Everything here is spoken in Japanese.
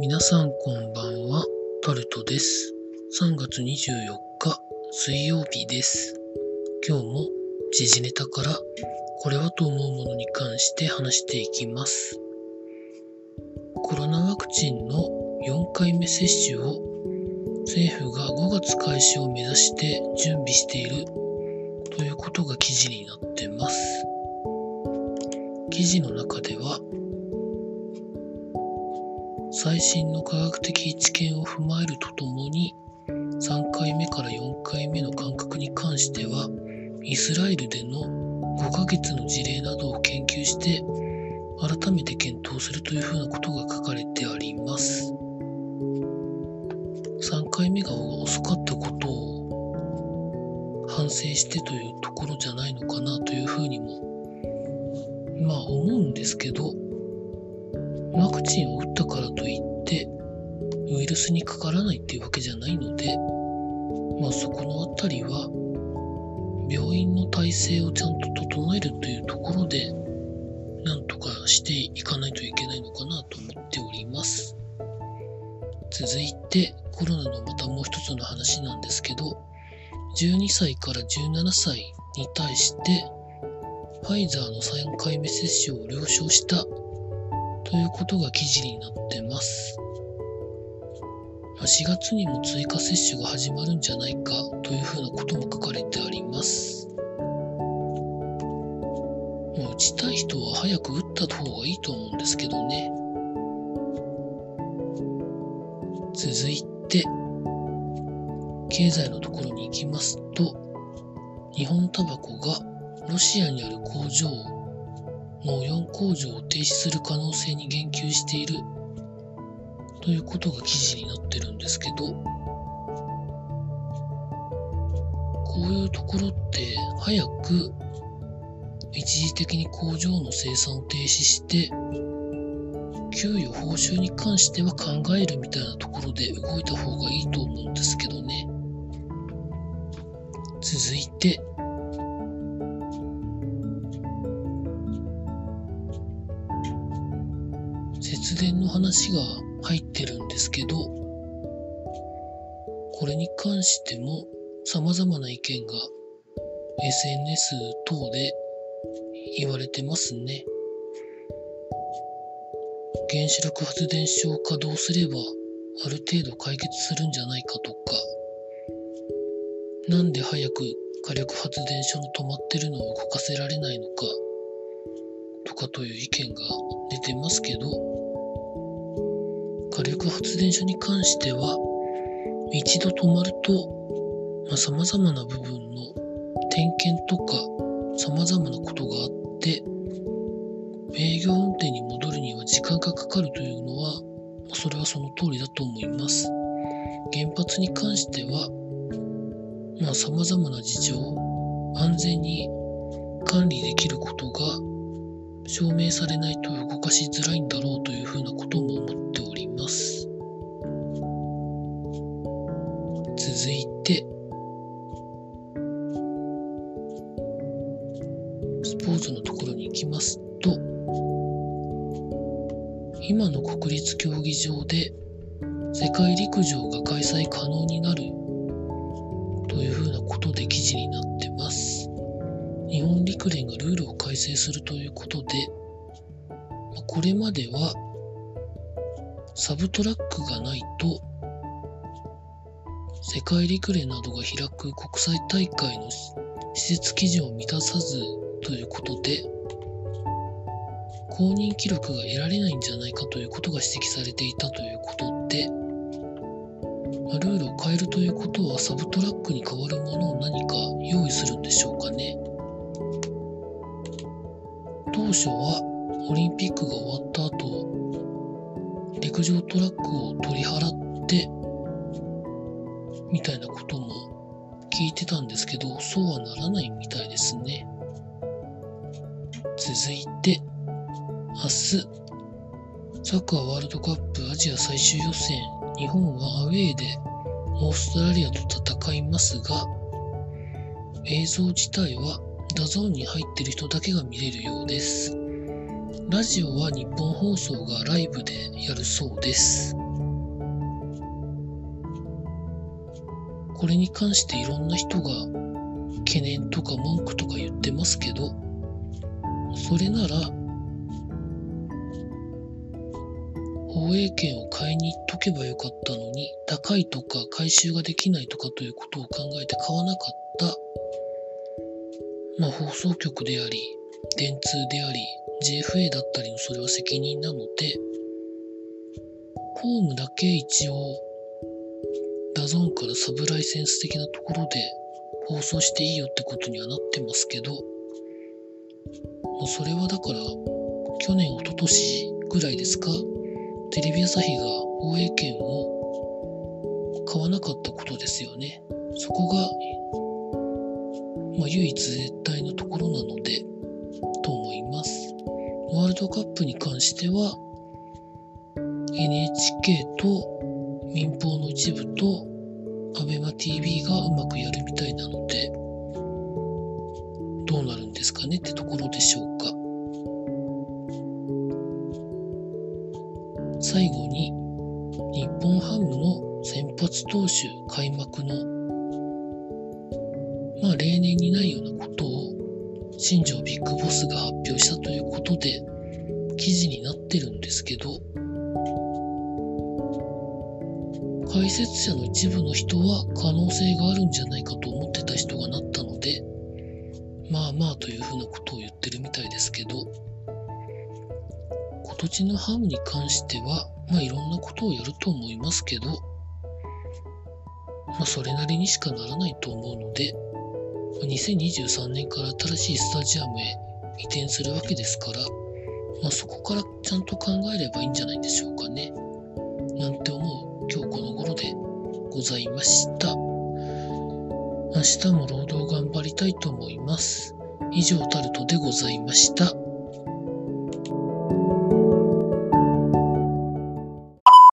皆さんこんばんは、タルトです。3月24日水曜日です。今日も時事ネタからこれはと思うものに関して話していきます。コロナワクチンの4回目接種を政府が5月開始を目指して準備しているということが記事になってます。記事の中では最新の科学的知見を踏まえるとともに3回目から4回目の間隔に関してはイスラエルでの5ヶ月の事例などを研究して改めて検討するというふうなことが書かれてあります。3回目が遅かったことを反省してというところじゃないのかなというふうにも思うんですけど、ワクチンを打ったからといってウイルスにかからないっていうわけじゃないので、そこのあたりは病院の体制をちゃんと整えるというところでなんとかしていかないといけないのかなと思っております。続いてコロナのまたもう一つの話なんですけど、12歳から17歳に対してファイザーの3回目接種を了承したということが記事になってます。4月にも追加接種が始まるんじゃないかというふうなことも書かれてあります。打ちたい人は早く打った方がいいと思うんですけどね。続いて経済のところに行きますと、日本タバコがロシアにある工場の4工場を停止する可能性に言及しているということが記事になってるんですけど、こういうところって早く一時的に工場の生産を停止して給与報酬に関しては考えるみたいなところで動いた方がいいと思うんですけどね。続いて節電の話が入ってるんですけど、これに関しても様々な意見が SNS 等で言われてますね。原子力発電所を稼働すればある程度解決するんじゃないかとか、なんで早く火力発電所の止まってるのを動かせられないのかとかという意見が出てますけど、火力発電所に関しては一度止まると様々な部分の点検とか様々なことがあって営業運転に戻るには時間がかかるというのはそれはその通りだと思います。原発に関しては様々な事情、安全に管理できることが証明されないと動かしづらいんだろうというふうなことも思っております。続いてスポーツのところに行きますと、今の国立競技場で世界陸上が開催可能になるというふうなことで記事になってます。日本陸連がルールを改正するということで、これまではサブトラックがないと世界陸連などが開く国際大会の施設基準を満たさずということで公認記録が得られないんじゃないかということが指摘されていたということで、ルールを変えるということはサブトラックに代わるものを何か用意するんでしょうかね。当初はオリンピックが終わった後陸上トラックを取り払ってみたいなことも聞いてたんですけど、そうはならないみたいですね。続いて明日サッカーワールドカップアジア最終予選、日本はアウェーでオーストラリアと戦いますが、映像自体はダゾーンに入っている人だけが見れるようです。ラジオは日本放送がライブでやるそうです。 これに関していろんな人が懸念とか文句とか言ってますけど、それなら放映権を買いに行っとけばよかったのに、高いとか回収ができないとかということを考えて買わなかった放送局であり、電通であり、JFA だったりのそれは責任なので、ホームだけ一応ダゾーンからサブライセンス的なところで放送していいよってことにはなってますけど、それはだから去年、一昨年ぐらいですか、テレビ朝日が放映権を買わなかったことですよね。そこが唯一絶対のところなのでと思います。ワールドカップに関しては NHK と民放の一部と ABEMA-TV がうまくやるみたいなので、どうなるんですかねってところでしょうか。最後に日本ハムの先発投手開幕の例年にないようなことを新庄ビッグボスが発表したということで記事になってるんですけど、解説者の一部の人は可能性があるんじゃないかと思ってた人がなったので、というふうなことを言ってるみたいですけど、今年のハムに関してはいろんなことをやると思いますけど、それなりにしかならないと思うので、2023年から新しいスタジアムへ移転するわけですから、そこからちゃんと考えればいいんじゃないでしょうかね。なんて思う今日この頃でございました。明日も労働頑張りたいと思います。以上タルトでございました。